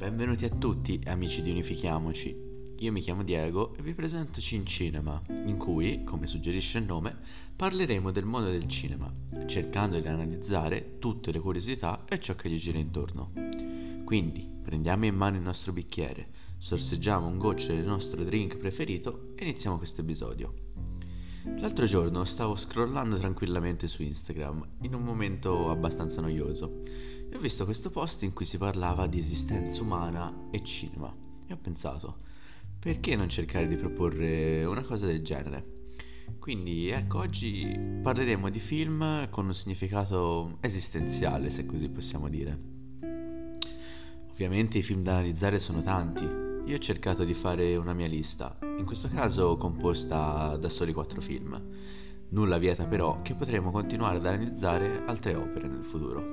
Benvenuti a tutti, amici di Unifichiamoci. Io mi chiamo Diego e vi presento Cincinema, in cui, come suggerisce il nome, parleremo del mondo del cinema, cercando di analizzare tutte le curiosità e ciò che gli gira intorno. Quindi, prendiamo in mano il nostro bicchiere, sorseggiamo un goccio del nostro drink preferito e iniziamo questo episodio. L'altro giorno stavo scrollando tranquillamente su Instagram, in un momento abbastanza noioso, e ho visto questo post in cui si parlava di esistenza umana e cinema. E ho pensato, perché non cercare di proporre una cosa del genere? Quindi ecco, oggi parleremo di film con un significato esistenziale, se così possiamo dire. Ovviamente i film da analizzare sono tanti. Io ho cercato di fare una mia lista, in questo caso composta da soli 4 film. Nulla vieta però che potremo continuare ad analizzare altre opere nel futuro.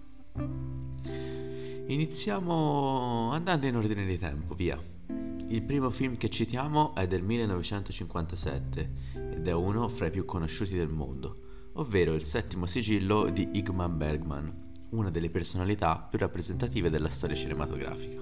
Iniziamo andando in ordine di tempo, via. Il primo film che citiamo è del 1957 ed è uno fra i più conosciuti del mondo, ovvero Il settimo sigillo di Ingmar Bergman, una delle personalità più rappresentative della storia cinematografica.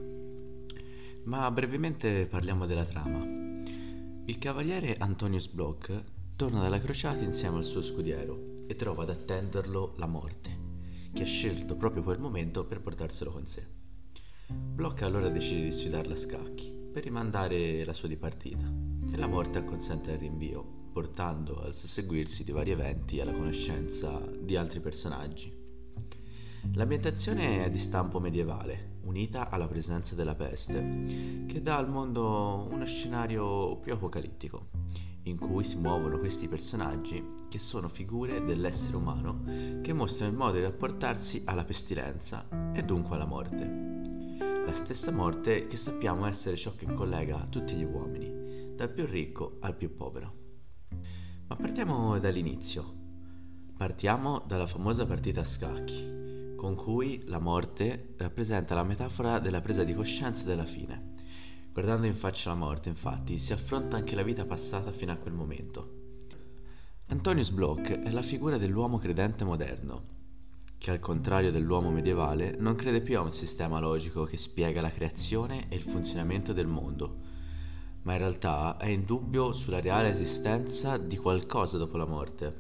Ma brevemente parliamo della trama. Il cavaliere Antonius Bloch torna dalla crociata insieme al suo scudiero e trova ad attenderlo la morte, che ha scelto proprio quel momento per portarselo con sé. Bloch allora decide di sfidarla a scacchi per rimandare la sua dipartita e la morte acconsente al rinvio, portando al susseguirsi di vari eventi alla conoscenza di altri personaggi. L'ambientazione è di stampo medievale, unita alla presenza della peste, che dà al mondo uno scenario più apocalittico, in cui si muovono questi personaggi che sono figure dell'essere umano che mostrano il modo di rapportarsi alla pestilenza e dunque alla morte. La stessa morte che sappiamo essere ciò che collega tutti gli uomini, dal più ricco al più povero. Ma partiamo dall'inizio. Partiamo dalla famosa partita a scacchi, con cui la morte rappresenta la metafora della presa di coscienza della fine. Guardando in faccia la morte, infatti, si affronta anche la vita passata fino a quel momento. Antonius Bloch è la figura dell'uomo credente moderno, che al contrario dell'uomo medievale non crede più a un sistema logico che spiega la creazione e il funzionamento del mondo, ma in realtà è in dubbio sulla reale esistenza di qualcosa dopo la morte.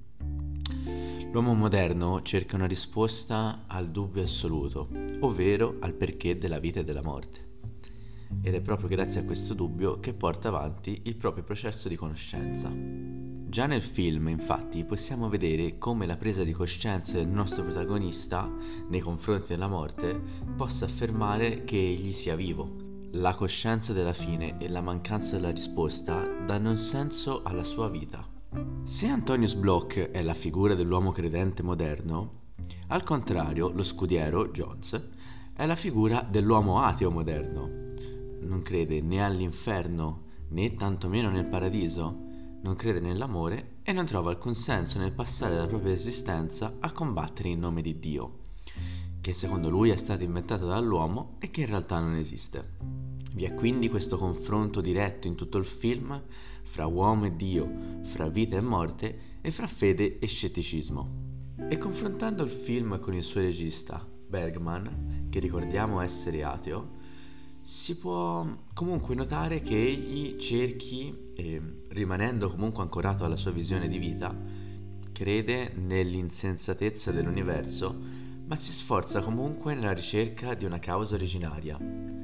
L'uomo moderno cerca una risposta al dubbio assoluto, ovvero al perché della vita e della morte. Ed è proprio grazie a questo dubbio che porta avanti il proprio processo di conoscenza. Già nel film, infatti, possiamo vedere come la presa di coscienza del nostro protagonista nei confronti della morte possa affermare che egli sia vivo. La coscienza della fine e la mancanza della risposta danno un senso alla sua vita. Se Antonius Bloch è la figura dell'uomo credente moderno, al contrario lo scudiero, Jones, è la figura dell'uomo ateo moderno. Non crede né all'inferno né tantomeno nel paradiso, non crede nell'amore e non trova alcun senso nel passare la propria esistenza a combattere in nome di Dio, che secondo lui è stato inventato dall'uomo e che in realtà non esiste. Vi è quindi questo confronto diretto in tutto il film fra uomo e Dio, fra vita e morte e fra fede e scetticismo. E confrontando il film con il suo regista, Bergman, che ricordiamo essere ateo, si può comunque notare che egli cerchi, rimanendo comunque ancorato alla sua visione di vita, crede nell'insensatezza dell'universo, ma si sforza comunque nella ricerca di una causa originaria.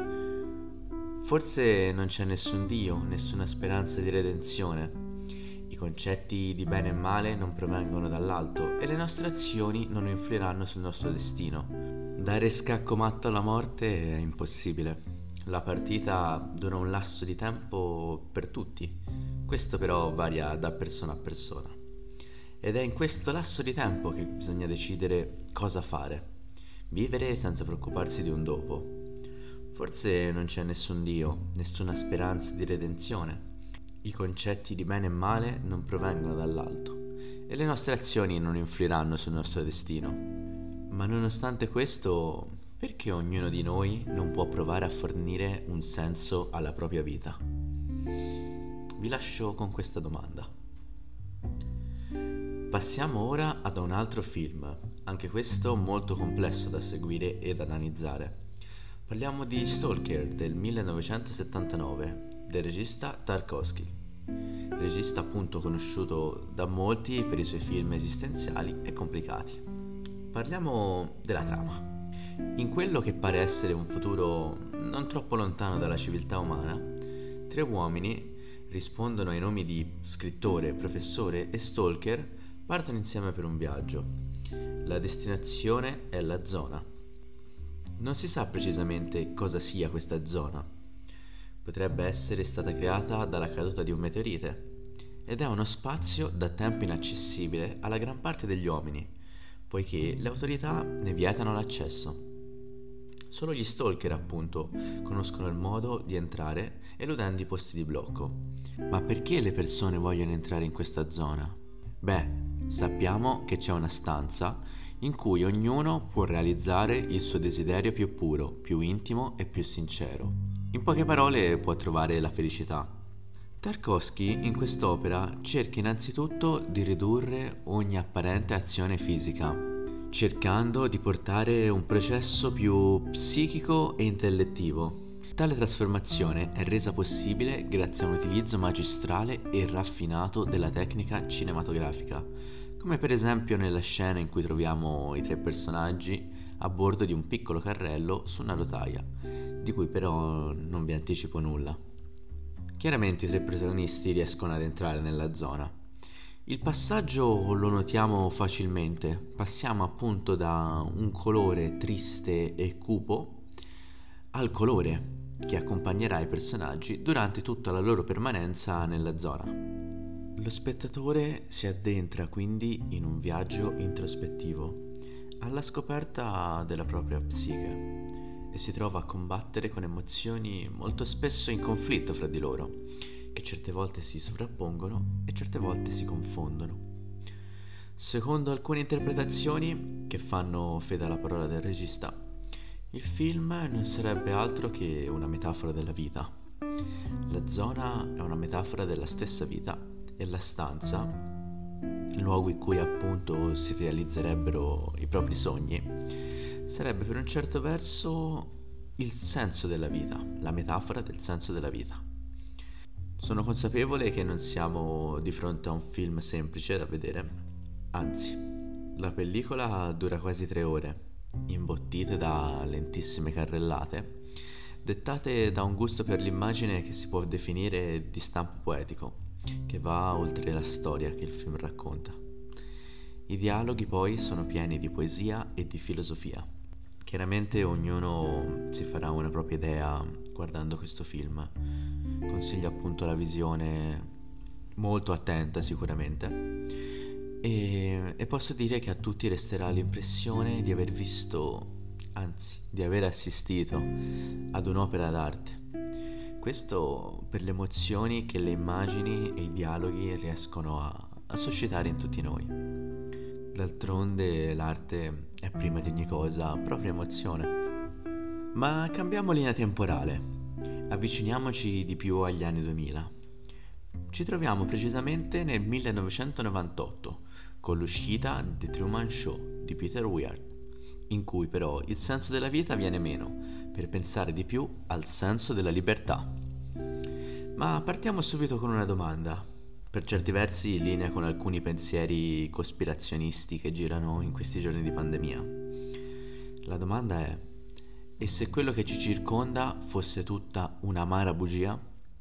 Forse non c'è nessun Dio, nessuna speranza di redenzione. I concetti di bene e male non provengono dall'alto e le nostre azioni non influiranno sul nostro destino. Dare scacco matto alla morte è impossibile. La partita dura un lasso di tempo per tutti. Questo però varia da persona a persona. Ed è in questo lasso di tempo che bisogna decidere cosa fare. Vivere senza preoccuparsi di un dopo. Forse non c'è nessun Dio, nessuna speranza di redenzione. I concetti di bene e male non provengono dall'alto e le nostre azioni non influiranno sul nostro destino. Ma nonostante questo, perché ognuno di noi non può provare a fornire un senso alla propria vita? Vi lascio con questa domanda. Passiamo ora ad un altro film, anche questo molto complesso da seguire ed analizzare. Parliamo di Stalker del 1979 del regista Tarkovsky, regista appunto conosciuto da molti per i suoi film esistenziali e complicati. Parliamo della trama. In quello che pare essere un futuro non troppo lontano dalla civiltà umana, tre uomini rispondono ai nomi di scrittore, professore e stalker, partono insieme per un viaggio. La destinazione è la zona. Non si sa precisamente cosa sia questa zona. Potrebbe essere stata creata dalla caduta di un meteorite ed è uno spazio da tempo inaccessibile alla gran parte degli uomini, poiché le autorità ne vietano l'accesso. Solo gli stalker, appunto, conoscono il modo di entrare eludendo i posti di blocco. Ma perché le persone vogliono entrare in questa zona? Beh, sappiamo che c'è una stanza in cui ognuno può realizzare il suo desiderio più puro, più intimo e più sincero. In poche parole, può trovare la felicità. Tarkovsky in quest'opera cerca innanzitutto di ridurre ogni apparente azione fisica, cercando di portare un processo più psichico e intellettivo. Tale trasformazione è resa possibile grazie a un utilizzo magistrale e raffinato della tecnica cinematografica, come per esempio nella scena in cui troviamo i tre personaggi a bordo di un piccolo carrello su una rotaia, di cui però non vi anticipo nulla. Chiaramente i tre protagonisti riescono ad entrare nella zona. Il passaggio lo notiamo facilmente, passiamo appunto da un colore triste e cupo al colore che accompagnerà i personaggi durante tutta la loro permanenza nella zona. Lo spettatore si addentra quindi in un viaggio introspettivo, alla scoperta della propria psiche e si trova a combattere con emozioni molto spesso in conflitto fra di loro, che certe volte si sovrappongono e certe volte si confondono. Secondo alcune interpretazioni che fanno fede alla parola del regista, il film non sarebbe altro che una metafora della vita. La zona è una metafora della stessa vita e la stanza, il luogo in cui appunto si realizzerebbero i propri sogni, sarebbe per un certo verso il senso della vita, la metafora del senso della vita. Sono consapevole che non siamo di fronte a un film semplice da vedere, anzi, la pellicola dura quasi 3 ore, imbottite da lentissime carrellate, dettate da un gusto per l'immagine che si può definire di stampo poetico, che va oltre la storia che il film racconta. I dialoghi poi sono pieni di poesia e di filosofia. Chiaramente ognuno si farà una propria idea guardando questo film. Consiglio appunto la visione molto attenta sicuramente e posso dire che a tutti resterà l'impressione di aver visto, anzi di aver assistito ad un'opera d'arte. Questo per le emozioni che le immagini e i dialoghi riescono a suscitare in tutti noi. D'altronde l'arte è prima di ogni cosa propria emozione. Ma cambiamo linea temporale. Avviciniamoci di più agli anni 2000. Ci troviamo precisamente nel 1998 con l'uscita The Truman Show di Peter Weir, in cui però il senso della vita viene meno per pensare di più al senso della libertà. Ma partiamo subito con una domanda, per certi versi in linea con alcuni pensieri cospirazionisti che girano in questi giorni di pandemia. La domanda è: e se quello che ci circonda fosse tutta un'amara bugia?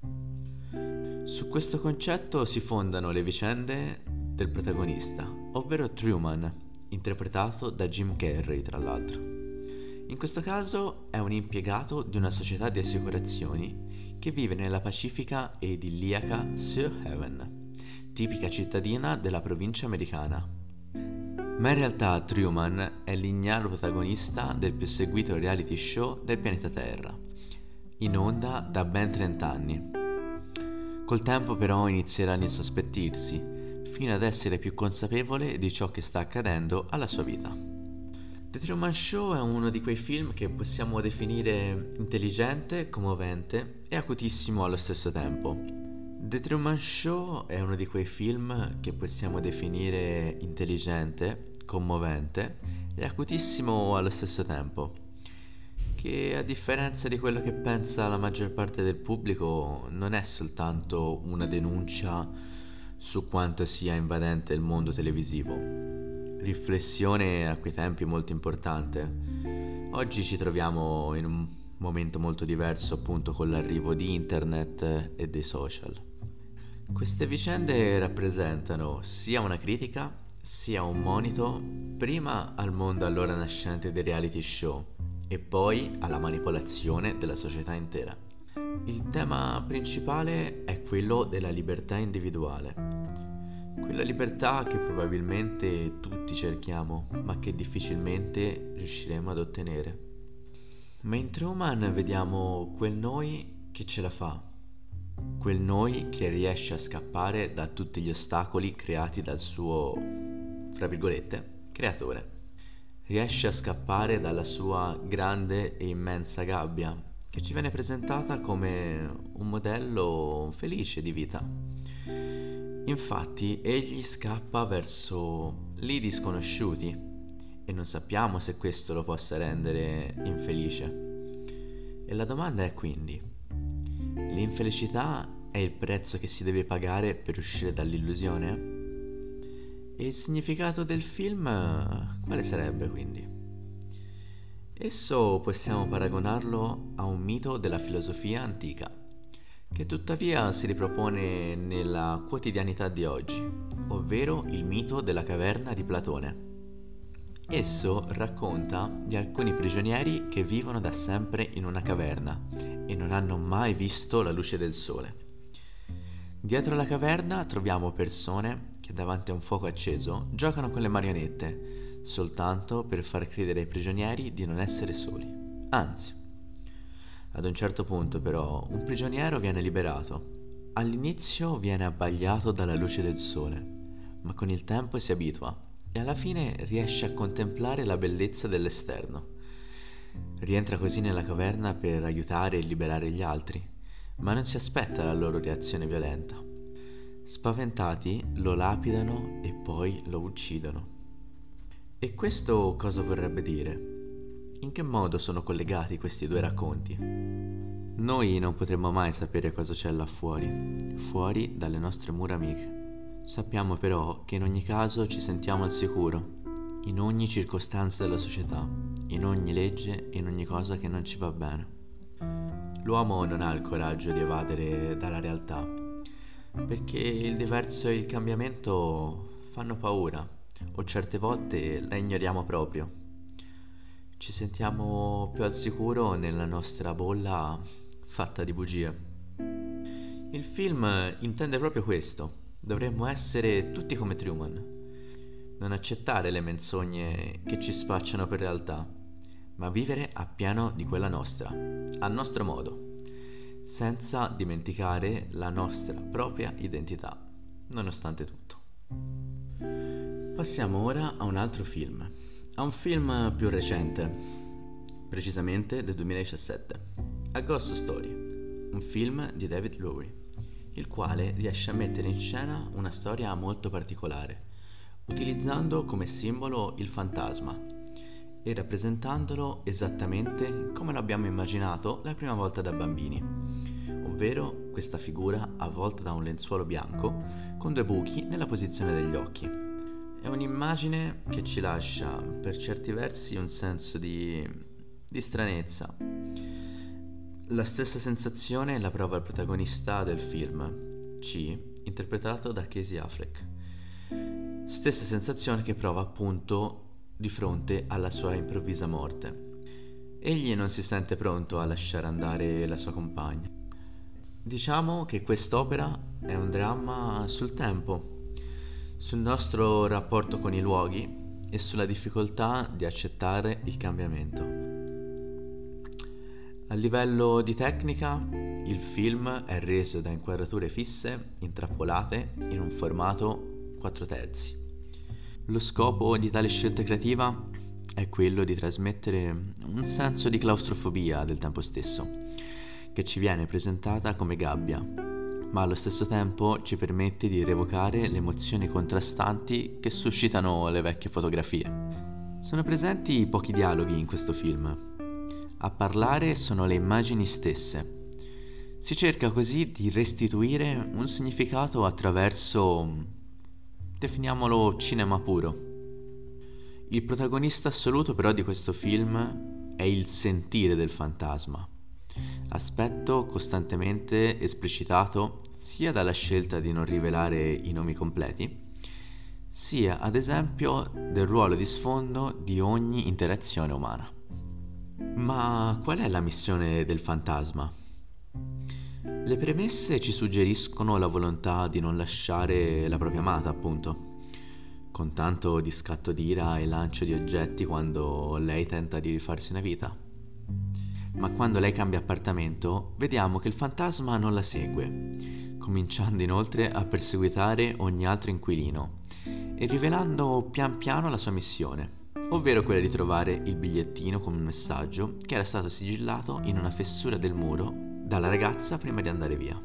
Su questo concetto si fondano le vicende del protagonista, ovvero Truman, interpretato da Jim Carrey tra l'altro. In questo caso è un impiegato di una società di assicurazioni che vive nella pacifica e idilliaca Sioux Haven, tipica cittadina della provincia americana. Ma in realtà Truman è l'ignaro protagonista del più seguito reality show del pianeta Terra, in onda da ben 30 anni. Col tempo però inizierà a insospettirsi, fino ad essere più consapevole di ciò che sta accadendo alla sua vita. The Truman Show è uno di quei film che possiamo definire intelligente, commovente e acutissimo allo stesso tempo. The Truman Show è uno di quei film che possiamo definire intelligente, commovente e acutissimo allo stesso tempo. che a differenza di quello che pensa la maggior parte del pubblico non è soltanto una denuncia su quanto sia invadente il mondo televisivo. Riflessione a quei tempi molto importante. Oggi ci troviamo in un momento molto diverso, appunto, con l'arrivo di internet e dei social. Queste vicende rappresentano sia una critica sia un monito prima al mondo allora nascente dei reality show e poi alla manipolazione della società intera. Il tema principale è quello della libertà individuale, quella libertà che probabilmente tutti cerchiamo, ma che difficilmente riusciremo ad ottenere. Ma in Truman vediamo quel noi che ce la fa, quel noi che riesce a scappare da tutti gli ostacoli creati dal suo, fra virgolette, creatore. Riesce a scappare dalla sua grande e immensa gabbia, che ci viene presentata come un modello felice di vita. Infatti, egli scappa verso lidi sconosciuti e non sappiamo se questo lo possa rendere infelice. E la domanda è quindi: l'infelicità è il prezzo che si deve pagare per uscire dall'illusione? E il significato del film quale sarebbe quindi? Esso possiamo paragonarlo a un mito della filosofia antica, che tuttavia si ripropone nella quotidianità di oggi, ovvero il mito della caverna di Platone. Esso racconta di alcuni prigionieri che vivono da sempre in una caverna e non hanno mai visto la luce del sole. Dietro la caverna troviamo persone che davanti a un fuoco acceso giocano con le marionette, soltanto per far credere ai prigionieri di non essere soli. Anzi, ad un certo punto però un prigioniero viene liberato. All'inizio viene abbagliato dalla luce del sole, ma con il tempo si abitua e alla fine riesce a contemplare la bellezza dell'esterno. Rientra così nella caverna per aiutare e liberare gli altri, ma non si aspetta la loro reazione violenta. Spaventati lo lapidano e poi lo uccidono. E questo cosa vorrebbe dire? In che modo sono collegati questi due racconti? Noi non potremo mai sapere cosa c'è là fuori dalle nostre mura amiche. Sappiamo però che in ogni caso ci sentiamo al sicuro, in ogni circostanza della società, in ogni legge e in ogni cosa che non ci va bene. L'uomo non ha il coraggio di evadere dalla realtà, perché il diverso e il cambiamento fanno paura, o certe volte la ignoriamo proprio. Ci sentiamo più al sicuro nella nostra bolla fatta di bugie. Il film intende proprio questo. Dovremmo essere tutti come Truman, non accettare le menzogne che ci spacciano per realtà, ma vivere appieno di quella nostra, a nostro modo, senza dimenticare la nostra propria identità, nonostante tutto. Passiamo ora a un altro film, a un film più recente, precisamente del 2017, A Ghost Story, un film di David Lowery, il quale riesce a mettere in scena una storia molto particolare, utilizzando come simbolo il fantasma e rappresentandolo esattamente come lo abbiamo immaginato la prima volta da bambini, ovvero questa figura avvolta da un lenzuolo bianco con due buchi nella posizione degli occhi. È un'immagine che ci lascia per certi versi un senso di stranezza. La stessa sensazione la prova il protagonista del film, C, interpretato da Casey Affleck. Stessa sensazione che prova appunto di fronte alla sua improvvisa morte. Egli non si sente pronto a lasciare andare la sua compagna. Diciamo che quest'opera è un dramma sul tempo, sul nostro rapporto con i luoghi e sulla difficoltà di accettare il cambiamento. A livello di tecnica, il film è reso da inquadrature fisse, intrappolate, in un formato 4/3. Lo scopo di tale scelta creativa è quello di trasmettere un senso di claustrofobia del tempo stesso, che ci viene presentata come gabbia, ma allo stesso tempo ci permette di rievocare le emozioni contrastanti che suscitano le vecchie fotografie. Sono presenti pochi dialoghi in questo film. A parlare sono le immagini stesse. Si cerca così di restituire un significato attraverso, definiamolo, cinema puro. Il protagonista assoluto però di questo film è il sentire del fantasma, aspetto costantemente esplicitato sia dalla scelta di non rivelare i nomi completi, sia ad esempio del ruolo di sfondo di ogni interazione umana. Ma qual è la missione del fantasma? Le premesse ci suggeriscono la volontà di non lasciare la propria amata, appunto, con tanto di scatto d'ira e lancio di oggetti quando lei tenta di rifarsi una vita. Ma quando lei cambia appartamento, vediamo che il fantasma non la segue, cominciando inoltre a perseguitare ogni altro inquilino e rivelando pian piano la sua missione, ovvero quella di trovare il bigliettino con un messaggio che era stato sigillato in una fessura del muro dalla ragazza prima di andare via.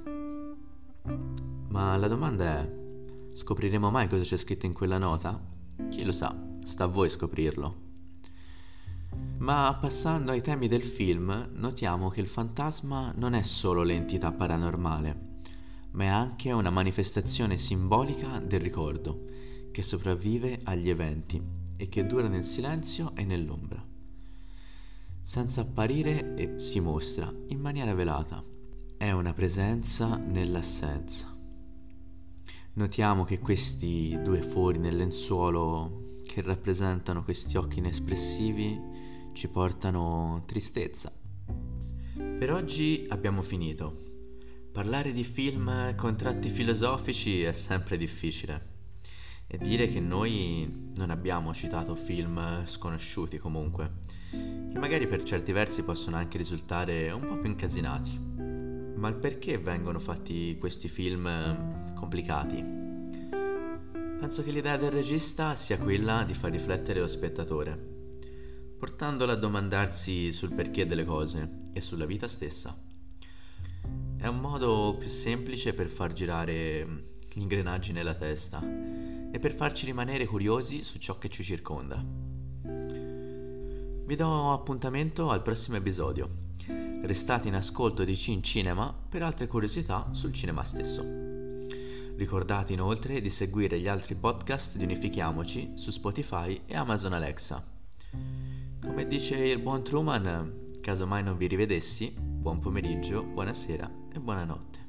Ma la domanda è: scopriremo mai cosa c'è scritto in quella nota? Chi lo sa, sta a voi scoprirlo. Ma passando ai temi del film, notiamo che il fantasma non è solo l'entità paranormale, ma è anche una manifestazione simbolica del ricordo, che sopravvive agli eventi e che dura nel silenzio e nell'ombra, senza apparire e si mostra in maniera velata. È una presenza nell'assenza. Notiamo che questi due fori nel lenzuolo che rappresentano questi occhi inespressivi ci portano tristezza. Per oggi abbiamo finito. Parlare di film con tratti filosofici è sempre difficile. E dire che noi non abbiamo citato film sconosciuti comunque, che magari per certi versi possono anche risultare un po' più incasinati. Ma il perché vengono fatti questi film complicati? Penso che l'idea del regista sia quella di far riflettere lo spettatore, portandolo a domandarsi sul perché delle cose e sulla vita stessa. È un modo più semplice per far girare gli ingranaggi nella testa e per farci rimanere curiosi su ciò che ci circonda. Vi do appuntamento al prossimo episodio. Restate in ascolto di Cin Cinema per altre curiosità sul cinema stesso. Ricordate inoltre di seguire gli altri podcast di Unifichiamoci su Spotify e Amazon Alexa. Come dice il buon Truman, caso mai non vi rivedessi, buon pomeriggio, buonasera e buonanotte.